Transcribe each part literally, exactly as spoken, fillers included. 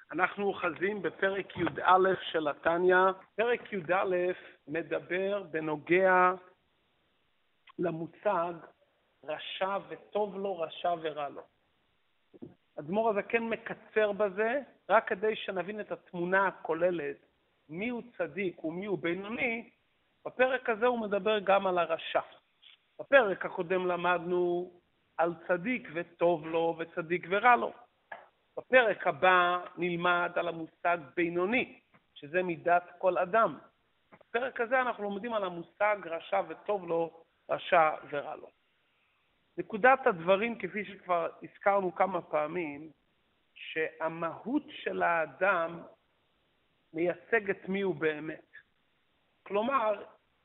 אנחנו אוחזים בפרק י"א של התניא. פרק י"א מדבר בנוגע למושג רשע וטוב לו, רשע ורע לו. האדמו"ר הזה כן מקצר בזה, רק כדי שנבין את התמונה הכוללת, מי הוא צדיק ומי הוא בינוני. בפרק הזה הוא מדבר גם על הרשע. בפרק הקודם למדנו על צדיק וטוב לו וצדיק ורע לו. בפרק הבא נלמד על המושג בינוני, שזה מידת כל אדם. בפרק הזה אנחנו לומדים על המושג רשע וטוב לו, רשע ורע לו. נקודת הדברים, כפי שכבר הזכרנו כמה פעמים, שהמהות של האדם מייצג את מי הוא באמת. כלומר,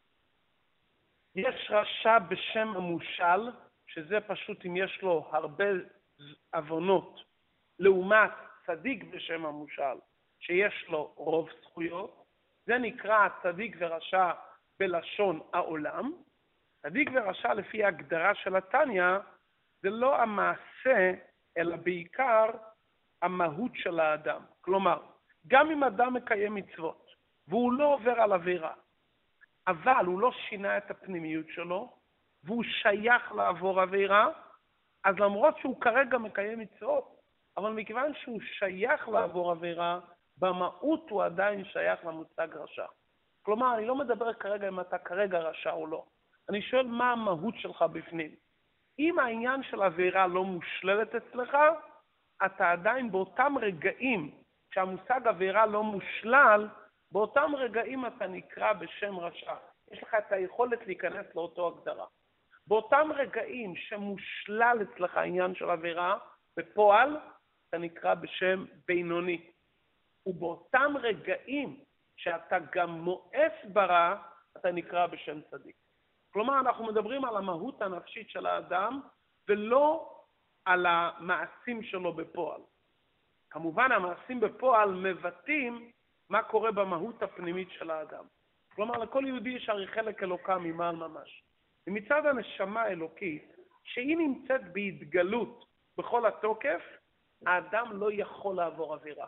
יש רשע בשם המושל, שזה פשוט אם יש לו הרבה עוונות, לעומת צדיק בשם המושל, שיש לו רוב זכויות. זה נקרא צדיק ורשע בלשון העולם. צדיק ורשע לפי ההגדרה של התניא, זה לא המעשה, אלא בעיקר המהות של האדם. כלומר, גם אם אדם מקיים מצוות, והוא לא עובר על עבירה, אבל הוא לא שינה את הפנימיות שלו, והוא שייך לעבור עבירה, אז למרות שהוא כרגע מקיים מצוות, אבל מכיוון שהוא שייך לעבור עבירה, במהות הוא עדיין שייך למושג רשע. כלומר, אני לא מדבר כרגע אם אתה כרגע רשע או לא. אני שואל מה המהות שלך בפנים. אם העניין של עבירה לא מושללת אצלך, אתה עדיין באותם רגעים שהמושג עבירה לא מושלל, באותם רגעים אתה נקרא בשם רשע. יש לך את היכולת להיכנס לאותו הגדרה. באותם רגעים שמושלל אצלך העניין של עבירה, בפועל אתה נקרא בשם בינוני. ובאותם רגעים שאתה גם מואס ברע, אתה נקרא בשם צדיק. כלומר, אנחנו מדברים על המהות הנפשית של האדם, ולא על המעשים שלו בפועל. כמובן, המעשים בפועל מבטאים מה קורה במהות הפנימית של האדם. כלומר, לכל יהודי יש הרי חלק אלוקה ממעל ממש. ומצד הנשמה האלוקית, שהיא נמצאת בהתגלות בכל התוקף, האדם לא יכול לעבור עבירה.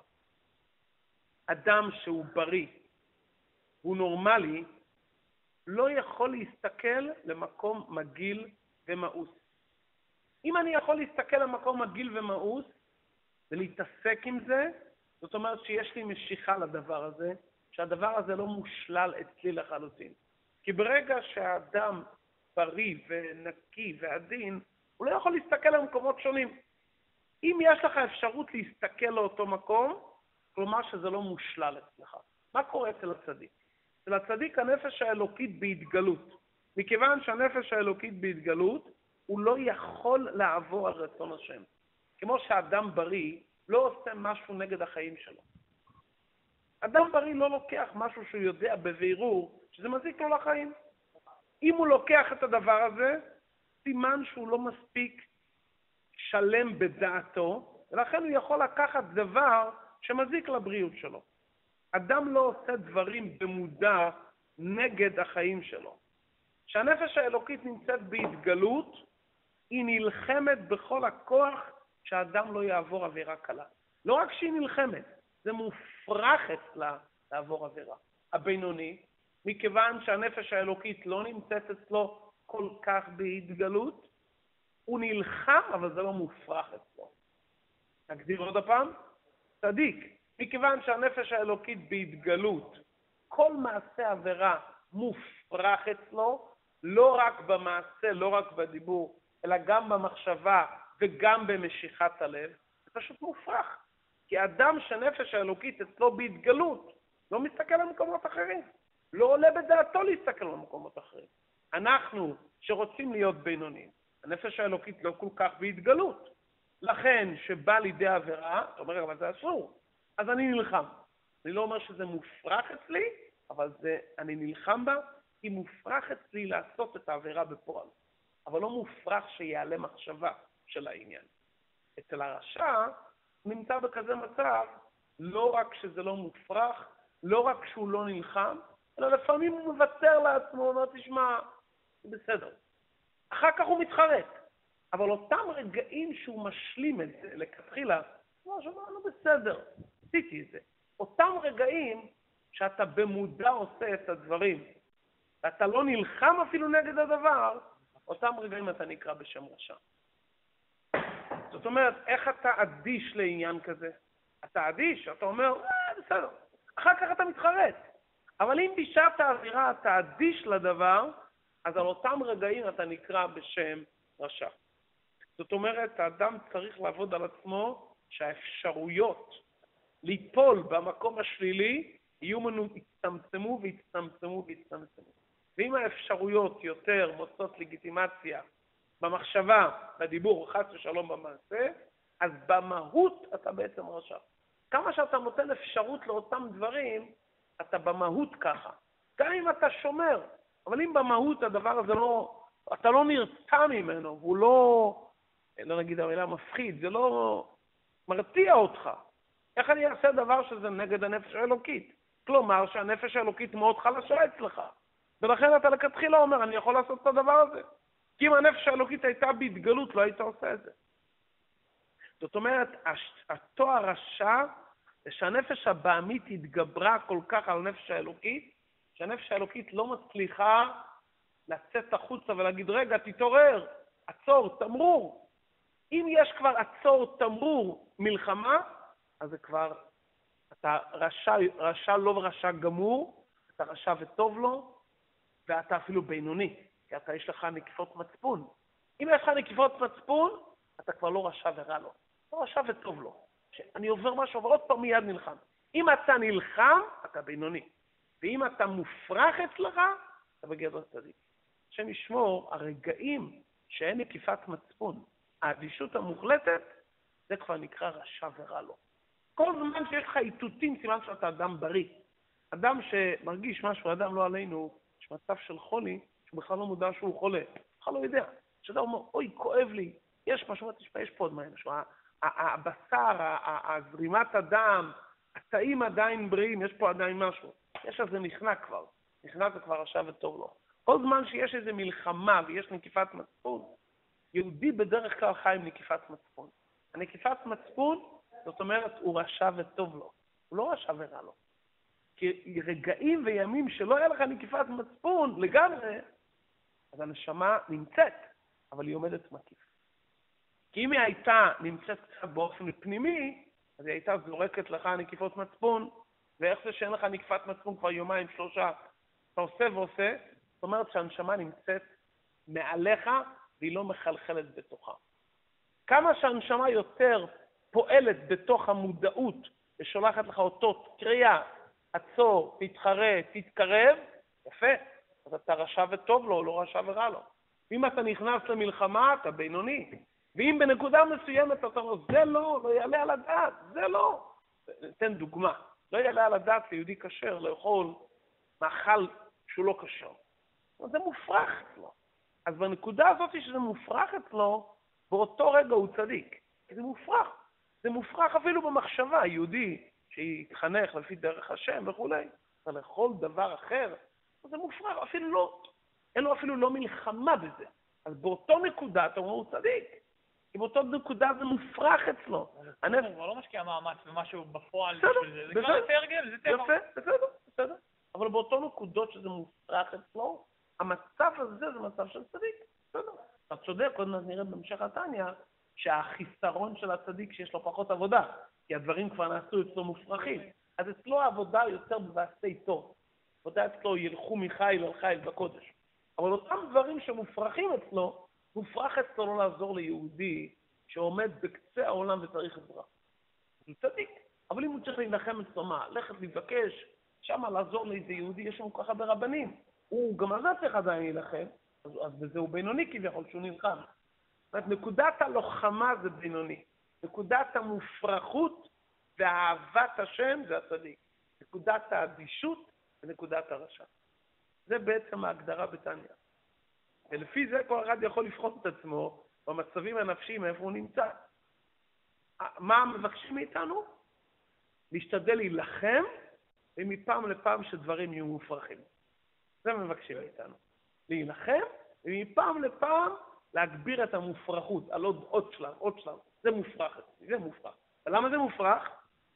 אדם שהוא בריא, הוא נורמלי, לא יכול להסתכל למקום מגעיל ומאוס. אם אני יכול להסתכל למקום מגעיל ומאוס, ולהתעסק עם זה, זאת אומרת שיש לי משיכה לדבר הזה, שהדבר הזה לא מושלל אצלי לחלוטין. כי ברגע שהאדם בריא ונקי ועדין, הוא לא יכול להסתכל למקומות שונים. אם יש לך אפשרות להסתכל לאותו מקום, כלומר שזה לא מושלל אצלך. מה קורה אצל הצדיק? אצל הצדיק הנפש האלוקית בהתגלות. מכיוון שהנפש האלוקית בהתגלות, הוא לא יכול לעבור על רצון השם. כמו שאדם בריא לא עושה משהו נגד החיים שלו. אדם בריא לא לוקח משהו שהוא יודע בבירור שזה מזיק לו לחיים. אם הוא לוקח את הדבר הזה, סימן שהוא לא מספיק שלם בדעתו, ולכן הוא יכול לקחת דבר שמזיק לבריאות שלו. אדם לא עושה דברים במודע נגד החיים שלו. כשהנפש האלוקית נמצאת בהתגלות, היא נלחמת בכל הכוח שהאדם לא יעבור עבירה קלה. לא רק שהיא נלחמת, זה מופרך אצלה לעבור עבירה. הבינוני, מכיוון שהנפש האלוקית לא נמצאת אצלו כל כך בהתגלות, הוא נלחם, אבל זה לא מופרך אצלו. נגדיר עוד הפעם, צדיק. מכיוון שהנפש האלוקית בהתגלות, כל מעשה עבירה מופרך אצלו, לא רק במעשה, לא רק בדיבור, אלא גם במחשבה וגם במשיכת הלב, זה פשוט מופרך. כי אדם שנפש האלוקית אצלו בהתגלות, לא מסתכל על מקומות אחרים. לא עולה בדעתו להסתכל על מקומות אחרים. אנחנו שרוצים להיות בינונים, הנפש האלוקית לא כל כך בהתגלות. לכן שבא לידי עבירה, אתה אומר, אבל זה אסור. אז אני נלחם. אני לא אומר שזה מופרך אצלי, אבל זה, אני נלחם בה, כי מופרך אצלי לעשות את העבירה בפועל. אבל לא מופרך שיעלה מחשבה של העניין. אצל הרשע נמצא בכזה מצב, לא רק שזה לא מופרך, לא רק שהוא לא נלחם, אלא לפעמים הוא מוותר לעצמו, הוא אומר, תשמע, זה בסדר. אחר כך הוא מתחרט. אבל אותם רגעים שהוא משלים את זה, לכתחילה, הוא אומר, בסדר. עשיתי את זה. אותם רגעים שאתה במודע עושה את הדברים, ואתה לא נלחם אפילו נגד הדבר, אותם רגעים אתה נקרא בשם רשע. זאת אומרת, איך אתה אדיש לעניין כזה? אתה אדיש, אתה אומר, אה, בסדר. אחר כך אתה מתחרט. אבל אם בשעת האווירה אתה אדיש לדבר, אז על אותם רגעים אתה נקרא בשם רשע. זאת אומרת, האדם צריך לעבוד על עצמו שהאפשרויות ליפול במקום השלילי יהיו מנו, יצטמצמו ויצטמצמו ויצטמצמו. ואם האפשרויות יותר מוצאות לגיטימציה במחשבה, בדיבור, חס ושלום במעשה, אז במהות אתה בעצם רשע. כמה שאתה נותן אפשרות לאותם דברים, אתה במהות ככה. גם אם אתה שומר, אבל אם במהות הדבר הזה לא, אתה לא נרתע ממנו, והוא לא, לא נגיד המילה מפחיד, זה לא מרתיע אותך. איך אני אעשה דבר שזה נגד הנפש האלוקית? כלומר שהנפש האלוקית מאוד חלשה אצלך. ולכן אתה לכתחילה אומר, אני יכול לעשות את הדבר הזה. כי אם הנפש האלוקית הייתה בהתגלות, לא היית עושה את זה. זאת אומרת, התואר רשע, זה שהנפש הבעמית התגברה כל כך על הנפש האלוקית, שהנפש האלוקית לא מצליחה לצאת החוצה ולהגיד, רגע, תתעורר, עצור, תמרור. אם יש כבר עצור, תמרור, מלחמה, אז זה כבר, אתה רשע, רשע לא רשע גמור, אתה רשע וטוב לו, ואתה אפילו בינוני, כי אתה יש לך נקיפות מצפון. אם יש לך נקיפות מצפון, אתה כבר לא רשע ורע לו. לא רשע וטוב לו. אני עובר משהו, אבל עוד פעם מיד נלחם. אם אתה נלחם, אתה בינוני. ואם אתה מופרח אצלך, אתה בגדר צדיק. השם ישמור, הרגעים שאין נקיפת מצפון, האדישות המוחלטת, זה כבר נקרא רשע ורע לו. כל זמן שיש לך איתותים, סימן שאתה אדם בריא. אדם שמרגיש משהו, אדם לא עלינו, יש מצב של חולי, שהוא בכלל לא מודע שהוא חולה. בכלל לא יודע. שאתה אומר, אוי, כואב לי, יש משהו, יש פה עוד משהו. הבשר, הזרימת הדם, התאים עדיין בריאים, יש פה עדיין משהו. יש איזה נכנע כבר. נכנע זה כבר רשע וטוב לו. כל זמן שיש איזו מלחמה ויש נקיפת מצפון, יהודי בדרך כלל חי עם נקיפת מצפון. הנקיפת מצפון, זאת אומרת, הוא רשע וטוב לו. הוא לא רשע ורע לו. כי רגעים וימים שלא היה לך נקיפת מצפון לגמרי, אז הנשמה נמצאת, אבל היא עומדת מקיף. כי אם היא הייתה נמצאת קצת באופן פנימי, אז היא הייתה זורקת לך נקיפות מצפון, ואיך זה שאין לך נקיפת מצפון כבר יומיים, שלושה, אתה עושה ועושה, זאת אומרת שהנשמה נמצאת מעליך, והיא לא מחלחלת בתוכה. כמה שהנשמה יותר פועלת בתוך המודעות, ושולחת לך אותות, קריאה, עצור, תתחרה, תתקרב, יפה, אז אתה רשע וטוב לו, לא רשע ורע לו. אם אתה נכנס למלחמה, אתה בינוני. ואם בנקודה מסוימת אתה אומר, זה לא, לא יעלה על הדעת, זה לא. ניתן דוגמה, לא יעלה על הדעת ליהודי כשר לאכול מאכל שהוא לא כשר. זה מופרך אצלו. אז בנקודה הזאת שזה מופרך אצלו, באותו רגע הוא צדיק. כי זה מופרך. זה מופרך אפילו במחשבה, יהודי שיתחנך לפי דרך השם וכו'. אבל לכל דבר אחר, זה מופרך, אפילו לא, אין לו אפילו לא מלחמה בזה. אז באותו נקודה אתה אומר, הוא צדיק. כי באותו נקודה זה מופרך אצלו. הוא כבר לא משקיע מאמץ במשהו בפועל בשביל זה. זה כבר יותר הרגל, זה טבע. יפה, בסדר, בסדר. אבל באותו נקודות שזה מופרך אצלו, המצב הזה זה מצב של צדיק. בסדר. אתה צודק, עוד נראה בהמשך התניא, שהחיסרון של הצדיק שיש לו פחות עבודה, כי הדברים כבר נעשו אצלו מופרכים. אז אצלו העבודה יותר בבעשי טוב. עבודה אצלו ילכו מחיל אל חיל בקודש. אבל אותם דברים שמופרכים אצלו, מופרך אצלו לא לעזור ליהודי שעומד בקצה העולם וצריך עזרה. הוא צדיק, אבל אם הוא צריך להילחם אצלו מה, ללכת לבקש, שמה לעזור לאיזה יהודי, יש לנו ככה ברבנים. הוא גם על זה צריך עדיין להילחם, אז, אז בזה הוא בינוני כביכול שהוא נלחם. זאת אומרת, נקודת הלוחמה זה בינוני. נקודת המופרכות ואהבת השם זה הצדיק. נקודת האדישות ונקודת הרשע. זה בעצם ההגדרה בתניא. ולפי זה כל אחד יכול לבחון את עצמו במצבים הנפשיים איפה הוא נמצא. מה מבקשים מאיתנו? להשתדל להילחם ומפעם לפעם שדברים יהיו מופרכים. זה מבקשים מאיתנו. להילחם ומפעם לפעם להגביר את המופרכות על עוד, עוד שלב, עוד שלב. זה מופרך, זה מופרך. ולמה זה מופרך?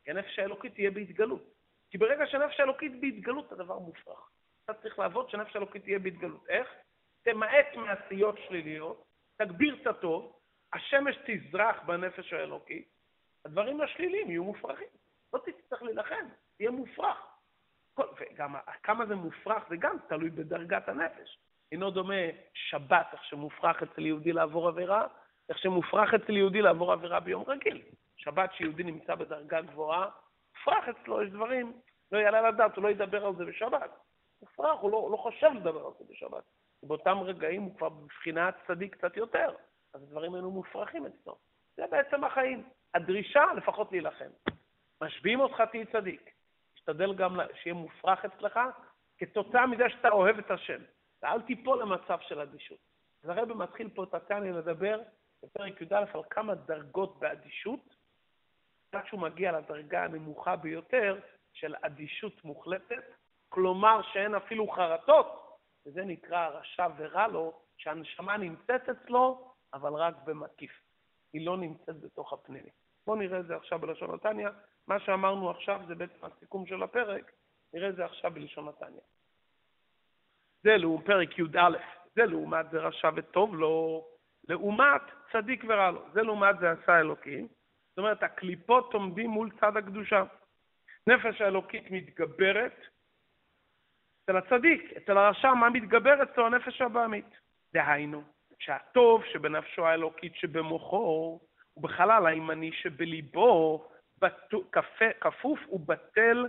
כי הנפש האלוקית תהיה בהתגלות. כי ברגע שהנפש האלוקית בהתגלות, הדבר מופרך. אתה צריך לעבוד שהנפש האלוקית תהיה בהתגלות. איך? תמעט מעשיות שליליות, תגביר את הטוב, השמש תזרח בנפש האלוקית, הדברים השליליים יהיו מופרכים. לא תצטרך להילחם, תהיה מופרך. כל, וגם כמה זה מופרך זה גם תלוי בדרגת הנפש. אינו דומה שבת, איך שמופרך אצל יהודי לעבור עבירה, איך שמופרך אצל יהודי לעבור עבירה ביום רגיל. שבת שיהודי נמצא בדרגה גבוהה, מופרך אצלו, יש דברים, לא יעלה לדעת, הוא לא ידבר על זה בשבת. מופרך, הוא לא, לא חושב לדבר על זה בשבת. באותם רגעים הוא כבר בבחינת צדיק קצת יותר, אז הדברים האלו מופרכים אצלו. זה בעצם החיים. הדרישה לפחות להילחם. משביעים אותך תהי צדיק. תשתדל גם שיהיה מופרך אצלך, כתוצאה מזה שאתה אוהב את השם. ואל תיפול למצב של אדישות. אז הרב מתחיל פה את התניא לדבר בפרק י"א על כמה דרגות באדישות, עד שהוא מגיע לדרגה הנמוכה ביותר של אדישות מוחלטת, כלומר שאין אפילו חרטות, וזה נקרא רשע ורע לו, שהנשמה נמצאת אצלו, אבל רק במקיף. היא לא נמצאת בתוך הפנימי. בואו נראה את זה עכשיו בלשון התניא. מה שאמרנו עכשיו זה בעצם הסיכום של הפרק, נראה את זה עכשיו בלשון התניא. זה לעומת פרק י"א, זה לעומת זה רשע וטוב לו, לעומת צדיק ורע לו. זה לעומת זה עשה אלוקים. זאת אומרת, הקליפות עומדים מול צד הקדושה. נפש האלוקית מתגברת, אצל הצדיק, אצל הרשע, מה מתגבר אצלו? הנפש הבעמית. דהיינו, שהטוב שבנפשו האלוקית שבמוחו, ובחלל הימני שבליבו, כפוף ובטל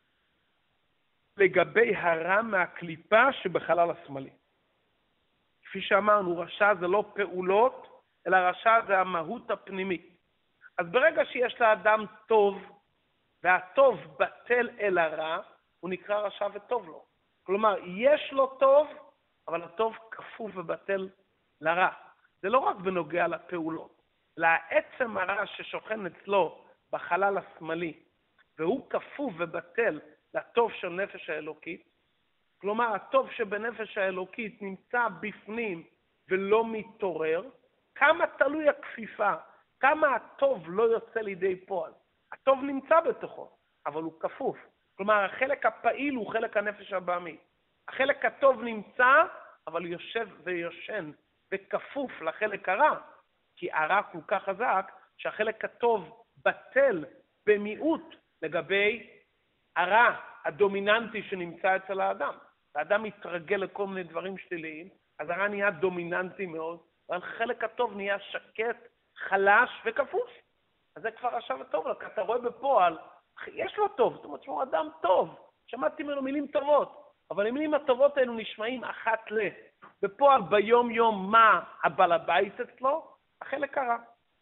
לגבי הרע מהקליפה שבחלל השמאלי. כפי שאמרנו, רשע זה לא פעולות, אלא רשע זה המהות הפנימית. אז ברגע שיש לאדם טוב, והטוב בטל אל הרע, הוא נקרא רשע וטוב לו. כלומר, יש לו טוב, אבל הטוב כפוף ובטל לרע. זה לא רק בנוגע לפעולות, אלא העצם הרע ששוכן אצלו בחלל השמאלי, והוא כפוף ובטל לטוב של נפש האלוקית, כלומר, הטוב שבנפש האלוקית נמצא בפנים ולא מתעורר, כמה תלוי הכפיפה, כמה הטוב לא יוצא לידי פועל. הטוב נמצא בתוכו, אבל הוא כפוף. כלומר, החלק הפעיל הוא חלק הנפש הבעמית. החלק הטוב נמצא, אבל יושב ויושן וכפוף לחלק הרע, כי הרע כל כך חזק שהחלק הטוב בטל במיעוט לגבי הרע הדומיננטי שנמצא אצל האדם. האדם מתרגל לכל מיני דברים שליליים, אז הרע נהיה דומיננטי מאוד, אבל חלק הטוב נהיה שקט, חלש וכפוף. אז זה כבר עכשיו הטוב, כי אתה רואה בפועל, יש לו טוב, זאת אומרת שהוא אדם טוב, שמעתי ממנו מילים טובות, אבל המילים הטובות האלו נשמעים אחת ל. בפועל ביום יום מה הבעל הבית אצלו? החלק הרע.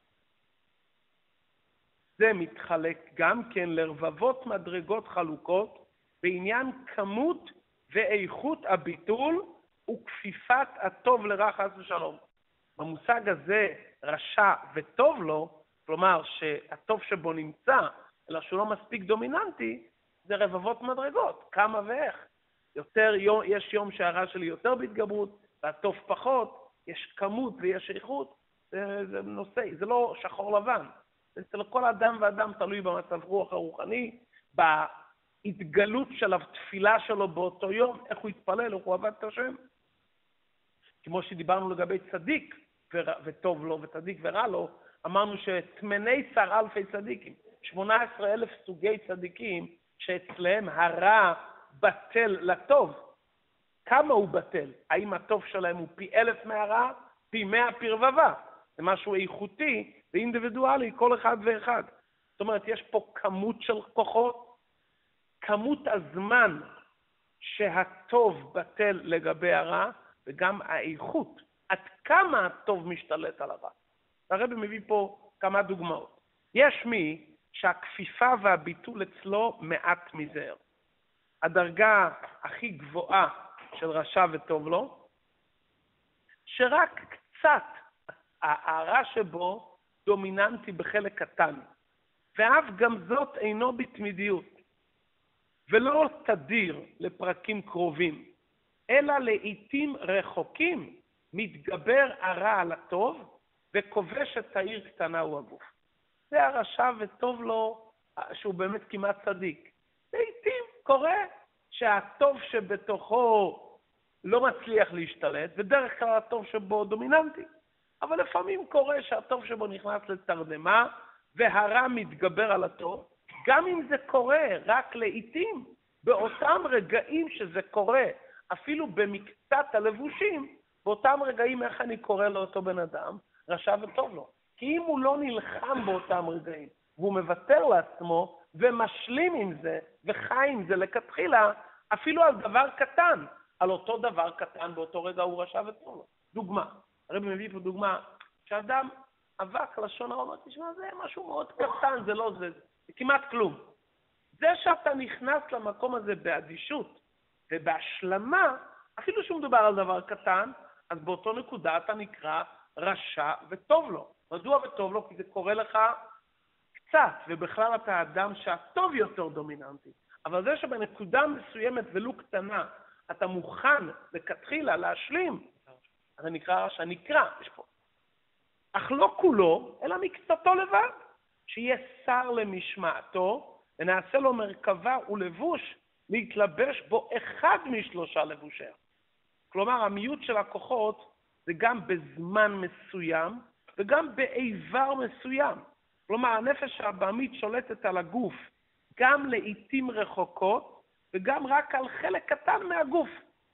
זה מתחלק גם כן לרבבות מדרגות חלוקות, בעניין כמות ואיכות הביטול וכפיפת הטוב לרע חס ושלום. במושג הזה רשע וטוב לו, כלומר שהטוב שבו נמצא, אלא שהוא לא מספיק דומיננטי, זה רבבות מדרגות, כמה ואיך. יותר יום, יש יום שהרע שלי יותר בהתגברות, והטוב פחות, יש כמות ויש איכות, זה, זה נושא, זה לא שחור לבן. זה אצל כל אדם ואדם תלוי במצב רוח הרוחני, בהתגלות של התפילה שלו באותו יום, איך הוא יתפלל, איך הוא עבד את השם. כמו שדיברנו לגבי צדיק ור... וטוב לו, וצדיק ורע לו, אמרנו שתמני שר אלפי צדיקים, שמונה עשרה אלף סוגי צדיקים, שאצלהם הרע בטל לטוב. כמה הוא בטל? האם הטוב שלהם הוא פי אלף מהרע? פי מאה פרבבה. זה משהו איכותי ואינדיבידואלי, כל אחד ואחד. זאת אומרת, יש פה כמות של כוחות, כמות הזמן שהטוב בטל לגבי הרע, וגם האיכות, עד כמה הטוב משתלט על הרע. הרב מביא פה כמה דוגמאות. יש מי שהכפיפה והביטול אצלו מעט מזער. הדרגה הכי גבוהה של רשע וטוב לו, שרק קצת הרע שבו דומיננטי בחלק קטן, ואף גם זאת אינו בתמידיות, ולא תדיר לפרקים קרובים, אלא לעתים רחוקים מתגבר הרע על הטוב, וכובש את העיר קטנה הוא הגוף. זה הרשע וטוב לו שהוא באמת כמעט צדיק. לעתים קורה שהטוב שבתוכו לא מצליח להשתלט, ודרך כלל הטוב שבו דומיננטי. אבל לפעמים קורה שהטוב שבו נכנס לתרדמה, והרע מתגבר על הטוב, גם אם זה קורה רק לעתים, באותם רגעים שזה קורה, אפילו במקצת הלבושים, באותם רגעים איך אני קורא לאותו בן אדם, רשע וטוב לו. כי אם הוא לא נלחם באותם רגעים, והוא מוותר לעצמו, ומשלים עם זה, וחי עם זה לכתחילה, אפילו על דבר קטן, על אותו דבר קטן באותו רגע הוא רשע וטוב לו. דוגמה, הרבי מביא פה דוגמה, שאדם אבק לשון הרע, אומר, תשמע, זה משהו מאוד קטן, זה לא זה, זה כמעט כלום. זה שאתה נכנס למקום הזה באדישות ובהשלמה, אפילו שהוא מדובר על דבר קטן, אז באותו נקודה אתה נקרא רשע וטוב לו. מדוע וטוב לו? כי זה קורה לך קצת, ובכלל אתה אדם שהטוב יותר דומיננטי. אבל זה שבנקודה מסוימת ולו קטנה, אתה מוכן לכתחילה להשלים, זה נקרא רשע, נקרא, יש פה. אך לא כולו, אלא מקצתו לבד, שיהיה שר למשמעתו, ונעשה לו מרכבה ולבוש, להתלבש בו אחד משלושה לבושיה. כלומר, המיעוט של הכוחות זה גם בזמן מסוים, וגם באיבר מסוים. כלומר, הנפש הבהמית שולטת על הגוף, גם לעתים רחוקות, וגם רק על חלק קטן מהגוף.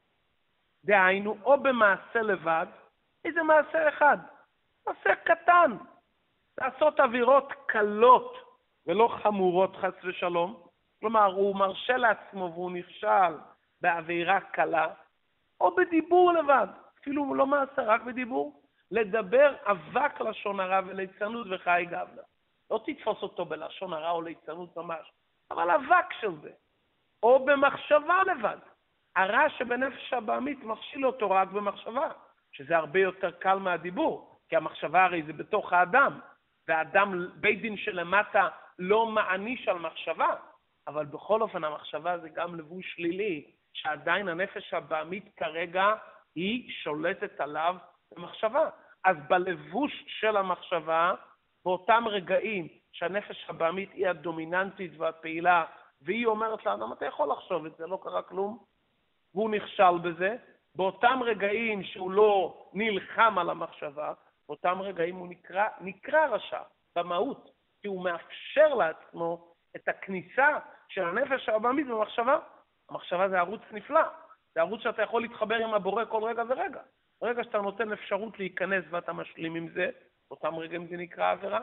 דהיינו, או במעשה לבד, איזה מעשה אחד? מעשה קטן. לעשות אווירות קלות ולא חמורות חס ושלום. כלומר, הוא מרשה לעצמו והוא נכשל באווירה קלה, או בדיבור לבד. אפילו לא מעשה, רק בדיבור. לדבר אבק לשון הרע וליצנות וחי גבלה. לא תתפוס אותו בלשון הרע או ליצנות ממש, אבל אבק של זה. או במחשבה לבד. הרע שבנפש הבהמית מכשיל אותו רק במחשבה, שזה הרבה יותר קל מהדיבור, כי המחשבה הרי זה בתוך האדם, והאדם, בית דין שלמטה, לא מעניש על מחשבה, אבל בכל אופן המחשבה זה גם לבוש שלילי, שעדיין הנפש הבהמית כרגע היא שולטת עליו במחשבה. אז בלבוש של המחשבה, באותם רגעים שהנפש הבהמית היא הדומיננטית והפעילה, והיא אומרת לאדם, אתה יכול לחשוב את זה, לא קרה כלום, והוא נכשל בזה, באותם רגעים שהוא לא נלחם על המחשבה, באותם רגעים הוא נקרא, נקרא רשע במהות, כי הוא מאפשר לעצמו את הכניסה של הנפש הבהמית במחשבה. המחשבה זה ערוץ נפלא, זה ערוץ שאתה יכול להתחבר עם הבורא כל רגע ורגע. ברגע שאתה נותן אפשרות להיכנס ואתה משלים עם זה, באותם רגעים זה נקרא עבירה.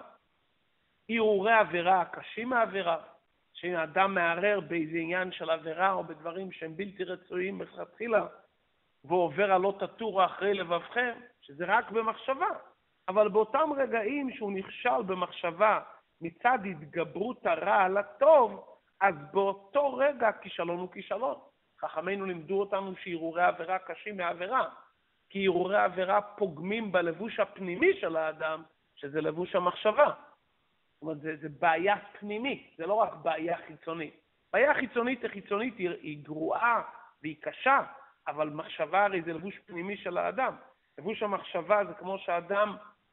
ערעורי עבירה, הקשים מהעבירה, שאדם מערער באיזה עניין של עבירה או בדברים שהם בלתי רצויים מלכתחילה, ועובר על לא תטורו אחרי לבבכם, שזה רק במחשבה. אבל באותם רגעים שהוא נכשל במחשבה מצד התגברות הרע על הטוב, אז באותו רגע כישלון הוא כישלון. חכמינו לימדו אותנו שערעורי עבירה קשים מהעבירה, כי ערעורי עבירה פוגמים בלבוש הפנימי של האדם, שזה לבוש המחשבה. זאת אומרת, זה, זה בעיה פנימית, זה לא רק בעיה חיצונית. בעיה חיצונית החיצונית היא, היא גרועה והיא קשה, אבל מחשבה הרי זה לבוש פנימי של האדם. לבוש המחשבה זה כמו שהאדם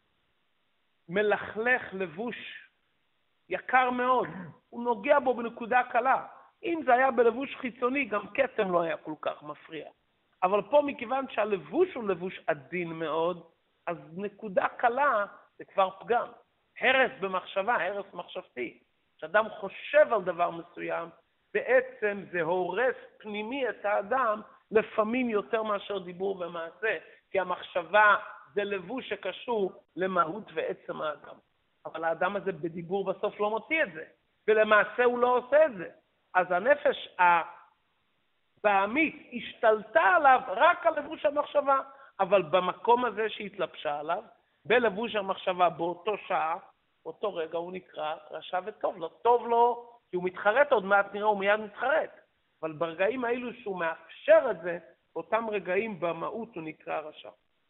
מלכלך לבוש יקר מאוד, הוא נוגע בו בנקודה קלה. אם זה היה בלבוש חיצוני, גם קטן לא היה כל כך מפריע. אבל פה מכיוון שהלבוש הוא לבוש עדין מאוד, אז נקודה קלה זה כבר פגם. הרס במחשבה, הרס מחשבתי. כשאדם חושב על דבר מסוים, בעצם זה הורס פנימי את האדם, לפעמים יותר מאשר דיבור ומעשה, כי המחשבה זה לבוש שקשור למהות ועצם האדם. אבל האדם הזה בדיבור בסוף לא מוציא את זה, ולמעשה הוא לא עושה את זה. אז הנפש הבהמית השתלטה עליו רק על לבוש המחשבה, אבל במקום הזה שהתלבשה עליו, בלבוש המחשבה באותו שעה, באותו רגע הוא נקרא רשע וטוב לו. טוב לו, כי הוא מתחרט, עוד מעט נראה, הוא מיד מתחרט. אבל ברגעים האלו שהוא מאפשר את זה, באותם רגעים במהות הוא נקרא רשע.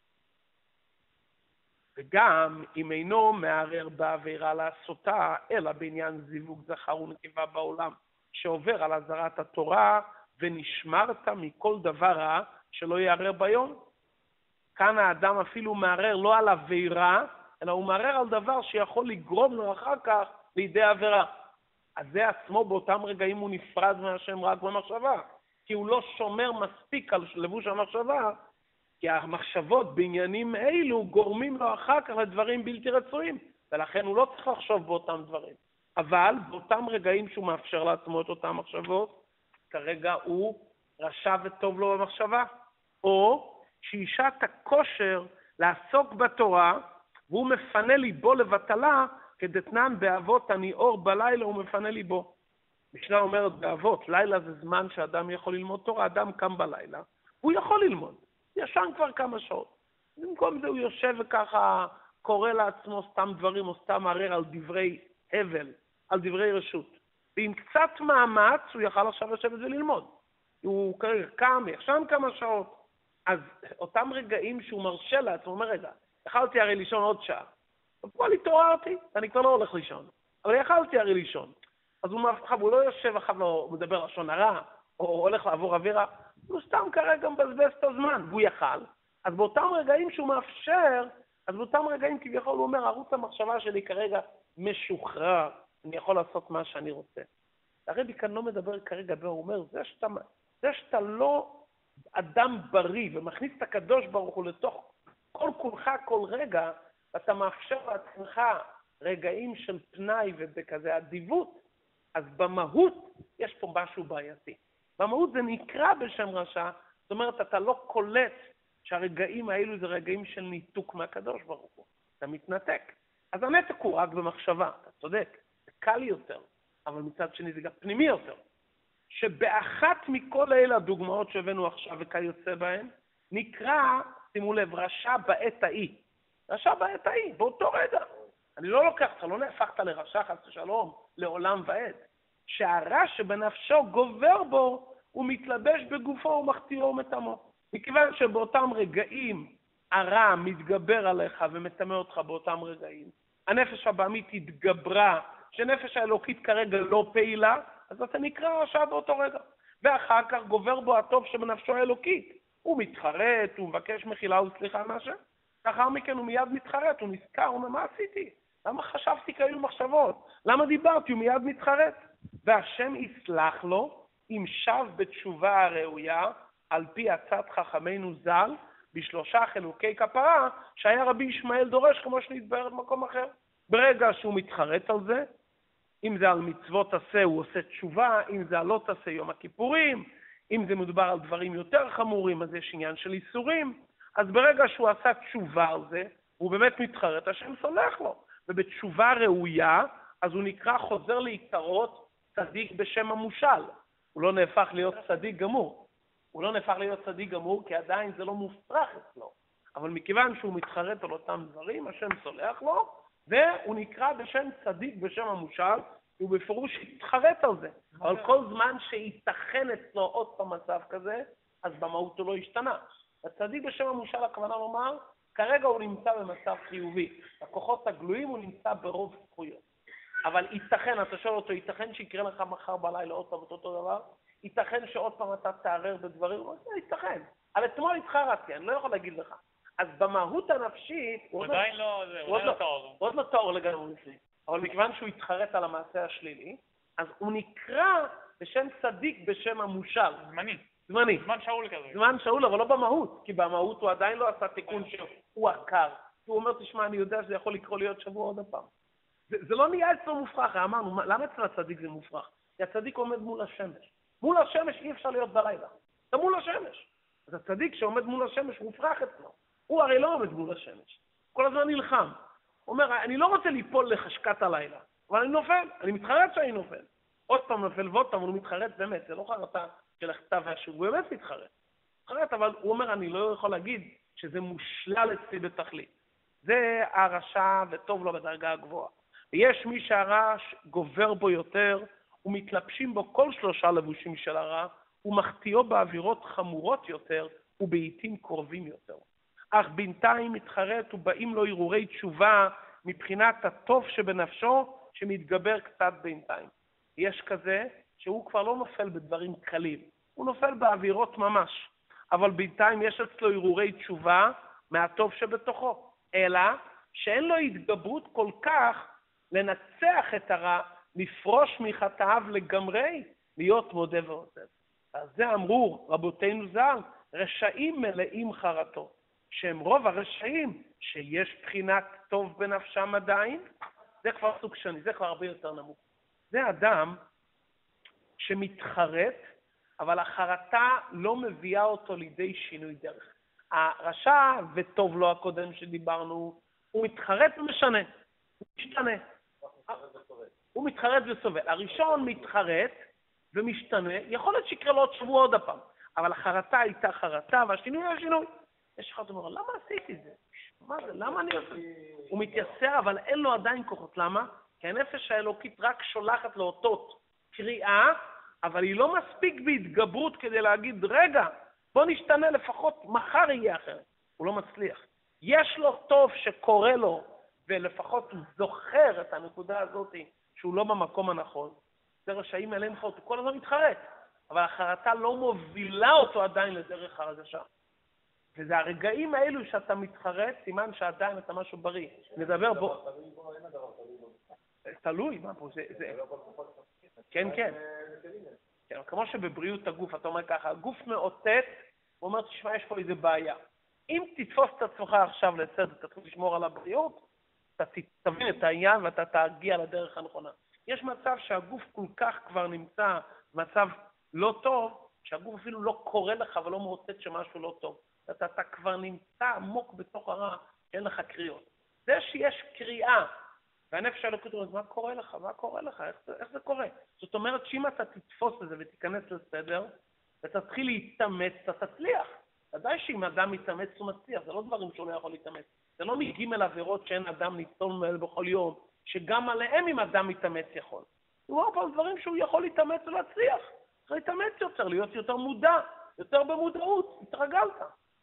וגם אם אינו מערער בעבירה לעשותה, אלא בעניין זיווג זכר ונקבה בעולם, שעובר על עזרת התורה ונשמרת מכל דבר רע שלא יערער ביום. כאן האדם אפילו מערער לא על עבירה, אלא הוא מערער על דבר שיכול לגרום לו אחר כך לידי עבירה. אז זה עצמו באותם רגעים הוא נפרד מהשם רק במחשבה, כי הוא לא שומר מספיק על לבוש המחשבה, כי המחשבות בעניינים אלו גורמים לו אחר כך לדברים בלתי רצויים, ולכן הוא לא צריך לחשוב באותם דברים. אבל באותם רגעים שהוא מאפשר לעצמו את אותם מחשבות, כרגע הוא רשע וטוב לו במחשבה, או שאישה את הכושר לעסוק בתורה, והוא מפנה ליבו לבטלה, כדתנן באבות אני אור בלילה הוא מפנה ליבו. משנה אומרת באבות, לילה זה זמן שאדם יכול ללמוד תורה, אדם קם בלילה, הוא יכול ללמוד, ישן כבר כמה שעות. במקום זה הוא יושב וככה קורא לעצמו סתם דברים, או סתם מערער על דברי הבל, על דברי רשות. ועם קצת מאמץ הוא יכל עכשיו לשבת וללמוד. הוא כרגע קם, ישן כמה שעות. אז אותם רגעים שהוא מרשה לעצמו, הוא אומר רגע, יכלתי הרי לישון עוד שעה. אבל התעוררתי, אני כבר לא הולך לישון. אבל יכלתי הרי לישון. אז הוא, הוא לא יושב אחר לא מדבר לשון הרע, או הולך לעבור אווירה, הוא סתם כרגע מבזבז את הזמן, והוא יכל. אז באותם רגעים שהוא מאפשר, אז באותם רגעים כביכול הוא אומר, ערוץ המחשבה שלי כרגע משוחרר, אני יכול לעשות מה שאני רוצה. הרבי כאן לא מדבר כרגע, הוא אומר, זה שאתה, זה שאתה לא אדם בריא, ומכניס את הקדוש ברוך הוא לתוך כל כולך כל רגע, ואתה מאפשר לעצמך רגעים של פנאי ובכזה אדיבות, אז במהות יש פה משהו בעייתי. במהות זה נקרא בשם רשע, זאת אומרת, אתה לא קולט שהרגעים האלו זה רגעים של ניתוק מהקדוש ברוך הוא. אתה מתנתק. אז הנתק הוא רק במחשבה, אתה צודק, זה קל יותר, אבל מצד שני זה גם פנימי יותר. שבאחת מכל אלה הדוגמאות שהבאנו עכשיו וכיוצא בהן, נקרא, שימו לב, רשע בעת ההיא. רשע בעת ההיא, באותו רגע. אני לא לוקח אותך, לא נהפכת לרשע חס ושלום, לעולם ועד. שהרע שבנפשו גובר בו, הוא מתלבש בגופו ומחטיאו ומטמאו. מכיוון שבאותם רגעים הרע מתגבר עליך ומטמא אותך באותם רגעים, הנפש הבאמית התגברה, שנפש האלוקית כרגע לא פעילה, אז אתה נקרא רשע באותו רגע. ואחר כך גובר בו הטוב שבנפשו האלוקית. הוא מתחרט, הוא מבקש מחילה וסליחה מהשם. לאחר מכן הוא מיד מתחרט, הוא נזכר, הוא אומר, מה עשיתי? למה חשבתי כאלו מחשבות? למה דיברתי? הוא מיד מתחרט. והשם יסלח לו אם שב בתשובה הראויה, על פי עצת חכמינו ז"ל, בשלושה חילוקי כפרה, שהיה רבי ישמעאל דורש כמו שנתבהר במקום אחר. ברגע שהוא מתחרט על זה, אם זה על מצוות עשה הוא עושה תשובה, אם זה על לא תעשה יום הכיפורים, אם זה מדובר על דברים יותר חמורים, אז יש עניין של איסורים, אז ברגע שהוא עשה תשובה על זה, הוא באמת מתחרט, השם סולח לו. ובתשובה ראויה, אז הוא נקרא חוזר לעיקרות צדיק בשם המושל. הוא לא נהפך להיות צדיק גמור. הוא לא נהפך להיות צדיק גמור, כי עדיין זה לא מופרך אצלו. אבל מכיוון שהוא מתחרט על אותם דברים, השם סולח לו, והוא נקרא בשם צדיק בשם המושל, הוא בפירוש התחרט על זה. אבל כל זמן שיתכן אצלו עוד פעם מצב כזה, אז במהות הוא לא השתנה. הצדיק בשם המושל, הכוונה לומר, כרגע הוא נמצא במצב חיובי. הכוחות הגלויים הוא נמצא ברוב זכויות. אבל ייתכן, אתה שואל אותו, ייתכן שיקרה לך מחר בלילה עוד פעם אותו דבר? ייתכן שעוד פעם אתה תערר בדברים? הוא אומר, ייתכן. אבל אתמול התחרטתי, אני לא יכול להגיד לך. אז במהות הנפשית... הוא עדיין לא, הוא עדיין לא טהור. הוא עוד לא טהור לגמרי לפני. אבל מכיוון שהוא התחרט על המעשה השלילי, אז הוא נקרא בשם צדיק בשם המושל. זמני. זמני. זמן שאול כזה. זמן שאול, אבל לא במהות, כי במהות הוא עדיין לא עשה תיקון שהוא עקר. הוא אומר, תשמע, אני יודע שזה יכול לקרוא להיות שבוע עוד הפעם. זה, זה לא נהיה אצלו מופרך, אמרנו, למה אצל הצדיק זה מופרך? כי הצדיק עומד מול השמש. מול השמש אי אפשר להיות בלילה. אתה מול השמש. אז הצדיק שעומד מול השמש מופרך אצלו. הוא הרי לא עומד מול השמש. כל הזמן נלחם. הוא אומר, אני לא רוצה ליפול לחשקת הלילה, אבל אני נופל, אני מתחרט שאני נופל. עוד פעם נופל ועוד פעם, הוא מתחרט באמת, זה לא חרטה של הכתב והשוב, הוא באמת מתחרט. מתחרט, אבל הוא אומר, אני לא יכול להגיד שזה מושלל אצלי בתכלית. זה הרשע וטוב לו בדרגה הגבוהה. ויש מי שהרש גובר בו יותר, ומתלבשים בו כל שלושה לבושים של הרע, ומחטיאו באווירות חמורות יותר, ובעיתים קרובים יותר. אך בינתיים מתחרט ובאים לו הרהורי תשובה מבחינת הטוב שבנפשו שמתגבר קצת בינתיים. יש כזה שהוא כבר לא נופל בדברים קלים, הוא נופל באווירות ממש, אבל בינתיים יש אצלו הרהורי תשובה מהטוב שבתוכו, אלא שאין לו התגברות כל כך לנצח את הרע לפרוש מחטאיו לגמרי, להיות מודה ועוזב. אז זה אמרו רבותינו ז"ל, רשעים מלאים חרטות, שהם רוב הרשעים שיש בחינת טוב בנפשם עדיין, זה כבר סוג שני, זה כבר הרבה יותר נמוך. זה אדם שמתחרט, אבל החרטה לא מביאה אותו לידי שינוי דרך. הרשע וטוב לו הקודם שדיברנו, הוא מתחרט ומשנה, הוא משתנה. הוא מתחרט וסובל. הראשון מתחרט ומשתנה, יכול להיות שיקרה לו עוד שבוע עוד הפעם, אבל החרטה הייתה חרטה והשינוי היה שינוי. יש אחד אומר, למה עשיתי את זה? מה זה? למה אני עושה? הוא מתייסר, אבל אין לו עדיין כוחות. למה? כי הנפש האלוקית רק שולחת לאותות קריאה, אבל היא לא מספיק בהתגברות כדי להגיד, רגע, בוא נשתנה לפחות, מחר יהיה אחרת. הוא לא מצליח. יש לו טוב שקורה לו, ולפחות הוא זוכר את הנקודה הזאת שהוא לא במקום הנכון. זה רשעים מלאים חרטות, הוא כל הזמן מתחרט, אבל החרטה לא מובילה אותו עדיין לדרך הרגשה. וזה הרגעים האלו שאתה מתחרט, סימן שעדיין אתה משהו בריא. נדבר בו. תלוי, מה פה, זה... כן, כן. כמו שבבריאות הגוף, אתה אומר ככה, הגוף מאותת, הוא אומר, תשמע, יש פה איזה בעיה. אם תתפוס את עצמך עכשיו לצד, תתחיל לשמור על הבריאות, אתה תבין את העניין ואתה תגיע לדרך הנכונה. יש מצב שהגוף כל כך כבר נמצא במצב לא טוב, שהגוף אפילו לא קורא לך ולא מאותת שמשהו לא טוב. אתה, אתה כבר נמצא עמוק בתוך הרע, אין לך קריאות. זה שיש קריאה, והנפש האלוקית אומרת, מה קורה לך? מה קורה לך? איך, איך זה קורה? זאת אומרת שאם אתה תתפוס את זה ותיכנס לסדר, ותתחיל להתאמץ, אתה תצליח. ודאי שאם אדם מתאמץ הוא מצליח, זה לא דברים שהוא לא יכול להתאמץ. זה לא מגיעים אל עבירות שאין אדם ניצול מהם בכל יום, שגם עליהם אם אדם מתאמץ יכול. הוא אומר פה דברים שהוא יכול להתאמץ ולהצליח. צריך להתאמץ יותר, להיות יותר מודע, יותר במודעות, התרגלת.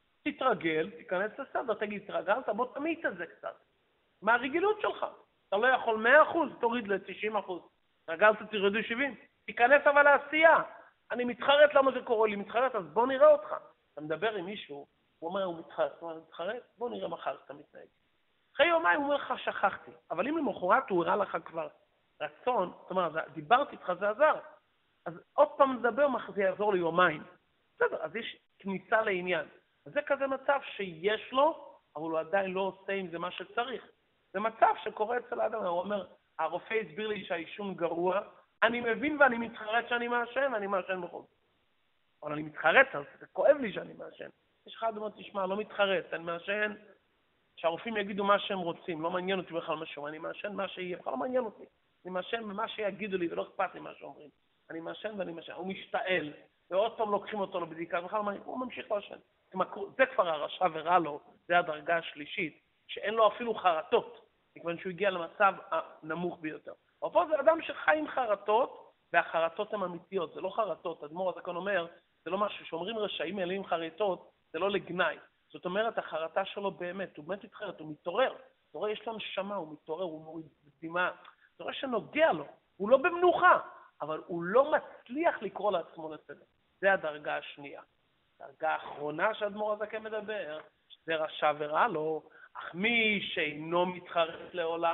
תתרגל, תיכנס לסדר, תגיד, התרגלת, בוא תמיד את זה קצת. מה הרגילות שלך? אתה לא יכול מאה אחוז, תוריד ל-תשעים אחוז. התרגלת, תרדו שבעים. תיכנס אבל לעשייה. אני מתחרט למה זה קורה לי, מתחרט, אז בוא נראה אותך. אתה מדבר עם מישהו, הוא אומר, הוא מתחרט, הוא אומר, מתחרט, בוא נראה מחר שאתה מתנהג. אחרי יומיים הוא אומר לך, שכחתי. אבל אם למחרת הוא הראה לך כבר רצון, זאת אומרת, דיברתי איתך, זה עזר. אז עוד פעם נדבר, זה יעזור ליומיים. בסדר, אז יש כניסה לעניין. אז זה כזה מצב שיש לו, אבל הוא עדיין לא עושה עם זה מה שצריך. זה מצב שקורה אצל האדם, הוא אומר, הרופא הסביר לי שהעישון גרוע, אני מבין ואני מתחרט שאני מעשן, ואני מעשן בכל זאת. אבל אני מתחרט, אז זה כואב לי שאני מעשן. יש אחד אומר, תשמע, לא מתחרט, אני מעשן, שהרופאים יגידו מה שהם רוצים, לא מעניין אותי בכלל משהו, אני מעשן מה שיהיה, בכלל לא מעניין אותי. אני מעשן במה שיגידו לי, ולא אכפת לי מה שאומרים. אני מעשן ואני מעשן, הוא משתעל, ועוד פעם לוקחים אותו לבדיקה, בכלל הוא ממשיך לעשן. זה כבר הרשע ורע לו, זה הדרגה השלישית, שאין לו אפילו חרטות, מכיוון שהוא הגיע למצב הנמוך ביותר. אבל פה זה אדם שחי עם חרטות, והחרטות הן אמיתיות, זה לא חרטות. אדמו"ר הזקן אומר, זה לא משהו, שאומרים רשעים מלאים חרטות, זה לא לגנאי. זאת אומרת, החרטה שלו באמת, הוא באמת מתחרט, הוא מתעורר. אתה רואה, יש לו נשמה, הוא מתעורר, הוא מוריד דמעה. אתה רואה שנוגע לו, הוא לא במנוחה, אבל הוא לא מצליח לקרוא לעצמו לסדר. זה הדרגה השנייה. הדרגה האחרונה שאדמו"ר הזקן מדבר, שזה רשע ורע לו, אך מי שאינו מתחרט לעולם,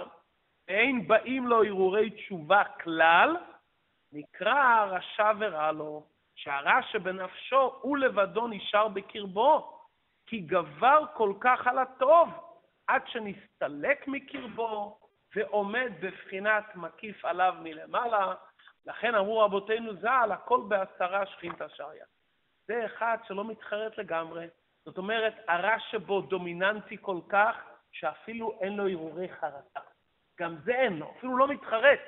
אין באים לו הרהורי תשובה כלל, נקרא רשע ורע לו, שהרע שבנפשו הוא לבדו נשאר בקרבו, כי גבר כל כך על הטוב, עד שנסתלק מקרבו, ועומד בבחינת מקיף עליו מלמעלה. לכן אמרו רבותינו ז"ל, הכל בעשרה שכינתא שריא. זה אחד שלא מתחרט לגמרי. זאת אומרת, הרע שבו דומיננטי כל כך, שאפילו אין לו הרהורי חרטה. גם זה אין לו, אפילו לא מתחרט.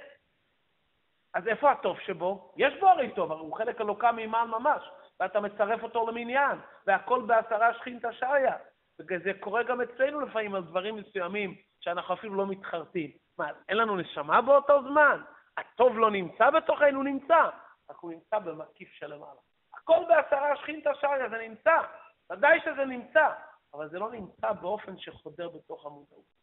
אז איפה הטוב שבו? יש בו הרי טוב, הרי הוא חלק אלוקה ממעל ממש, ואתה מצרף אותו למניין, והכל בעשרה שכינתא שריא. וזה קורה גם אצלנו לפעמים על דברים מסוימים, שאנחנו אפילו לא מתחרטים. מה, אין לנו נשמה באותו זמן? הטוב לא נמצא בתוכנו, הוא נמצא. רק הוא נמצא במקיף שלמעלה. הכל בעשרה שכינתא שריא, זה נמצא. ודאי שזה נמצא, אבל זה לא נמצא באופן שחודר בתוך המודעות.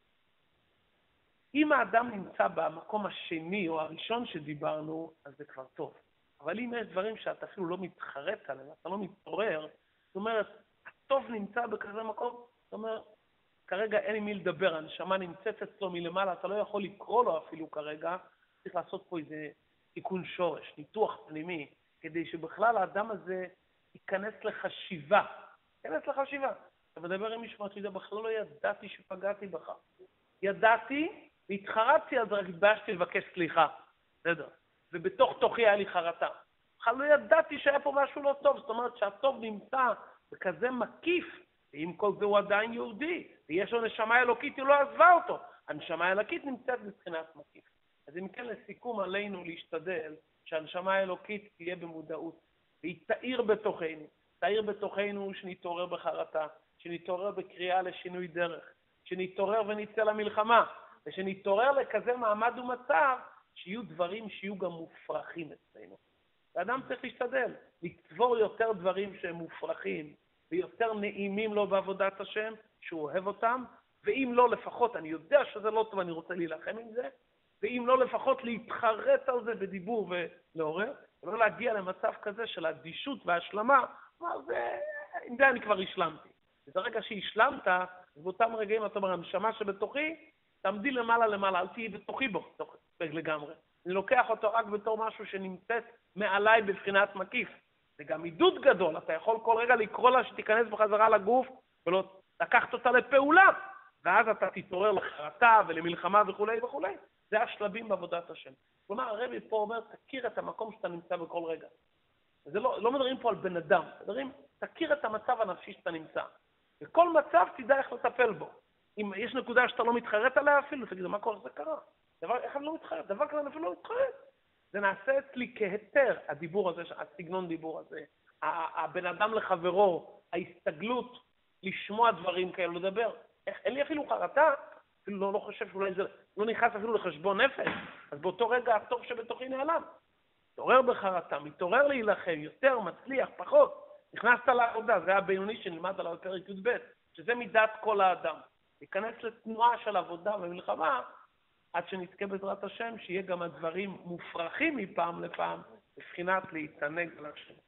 אם האדם נמצא במקום השני או הראשון שדיברנו, אז זה כבר טוב. אבל אם יש דברים שאתה אפילו לא מתחרט עליהם, אתה לא מתעורר, זאת אומרת, הטוב נמצא בכזה מקום, זאת אומרת, כרגע אין עם מי לדבר, הנשמה נמצאת אצלו מלמעלה, אתה לא יכול לקרוא לו אפילו כרגע, צריך לעשות פה איזה תיקון שורש, ניתוח פנימי, כדי שבכלל האדם הזה ייכנס לחשיבה. ייכנס לחשיבה. אתה מדבר עם מישהו, אתה יודע, בכלל לא ידעתי שפגעתי בך. ידעתי, והתחרטתי, אז רק התביישתי לבקש סליחה. בסדר. ובתוך תוכי היה לי חרטה. בכלל לא ידעתי שהיה פה משהו לא טוב. זאת אומרת שהטוב נמצא בכזה מקיף, ועם כל זה הוא עדיין יהודי. ויש לו נשמה אלוקית, הוא לא עזבה אותו. הנשמה האלוקית נמצאת בבחינת מקיף. אז אם כן, לסיכום עלינו להשתדל שהנשמה האלוקית תהיה במודעות, והיא תאיר בתוכנו. תאיר בתוכנו שנתעורר בחרטה, שנתעורר בקריאה לשינוי דרך, שנתעורר ונצא למלחמה, ושנתעורר לכזה מעמד ומצב שיהיו דברים שיהיו גם מופרכים אצלנו. האדם צריך להשתדל, לצבור יותר דברים שהם מופרכים, ויותר נעימים לו בעבודת השם, שהוא אוהב אותם, ואם לא לפחות, אני יודע שזה לא טוב, אני רוצה להילחם עם זה, ואם לא לפחות להתחרט על זה בדיבור ולעורר, ולא להגיע למצב כזה של אדישות והשלמה, אבל זה, עם זה אני כבר השלמתי. ברגע שהשלמת, באותם רגעים אתה אומר, הנשמה שבתוכי, תעמדי למעלה למעלה, אל תהיי בתוכי בו, לגמרי. אני לוקח אותו רק בתור משהו שנמצאת מעליי בבחינת מקיף. זה גם עידוד גדול, אתה יכול כל רגע לקרוא לה שתיכנס בחזרה לגוף, ולא לקחת אותה לפעולה, ואז אתה תתעורר לחרטה ולמלחמה וכו' וכו'. זה השלבים בעבודת השם. כלומר, הרבי פה אומר, תכיר את המקום שאתה נמצא בכל רגע. זה לא, לא מדברים פה על בן אדם, מדברים, תכיר את המצב הנפשי שאתה נמצא. וכל מצב תדע איך לטפל בו. אם יש נקודה שאתה לא מתחרט עליה אפילו, תגיד, מה כל זה קרה? דבר, איך אני לא מתחרט? דבר כזה אני אפילו לא מתחרט. זה נעשה אצלי כהיתר, הדיבור הזה, הסגנון דיבור הזה, הבן אדם לחברו, ההסתגלות, לשמוע דברים כאלה, לדבר. איך, אין לי אפילו חרטה, אפילו לא, לא חושב שאולי זה לא נכנס אפילו לחשבון נפש, אז באותו רגע הטוב שבתוכי נעלם. מתעורר בחרטה, מתעורר להילחם, יותר, מצליח, פחות. נכנסת לעבודה, זה הבינוני שנלמד עליו בפרק י"ב, שזה מידת כל האדם. להיכנס לתנועה של עבודה ומלחמה, עד שנזכה בעזרת השם, שיהיה גם הדברים מופרכים מפעם לפעם, בבחינת להתענג על השם.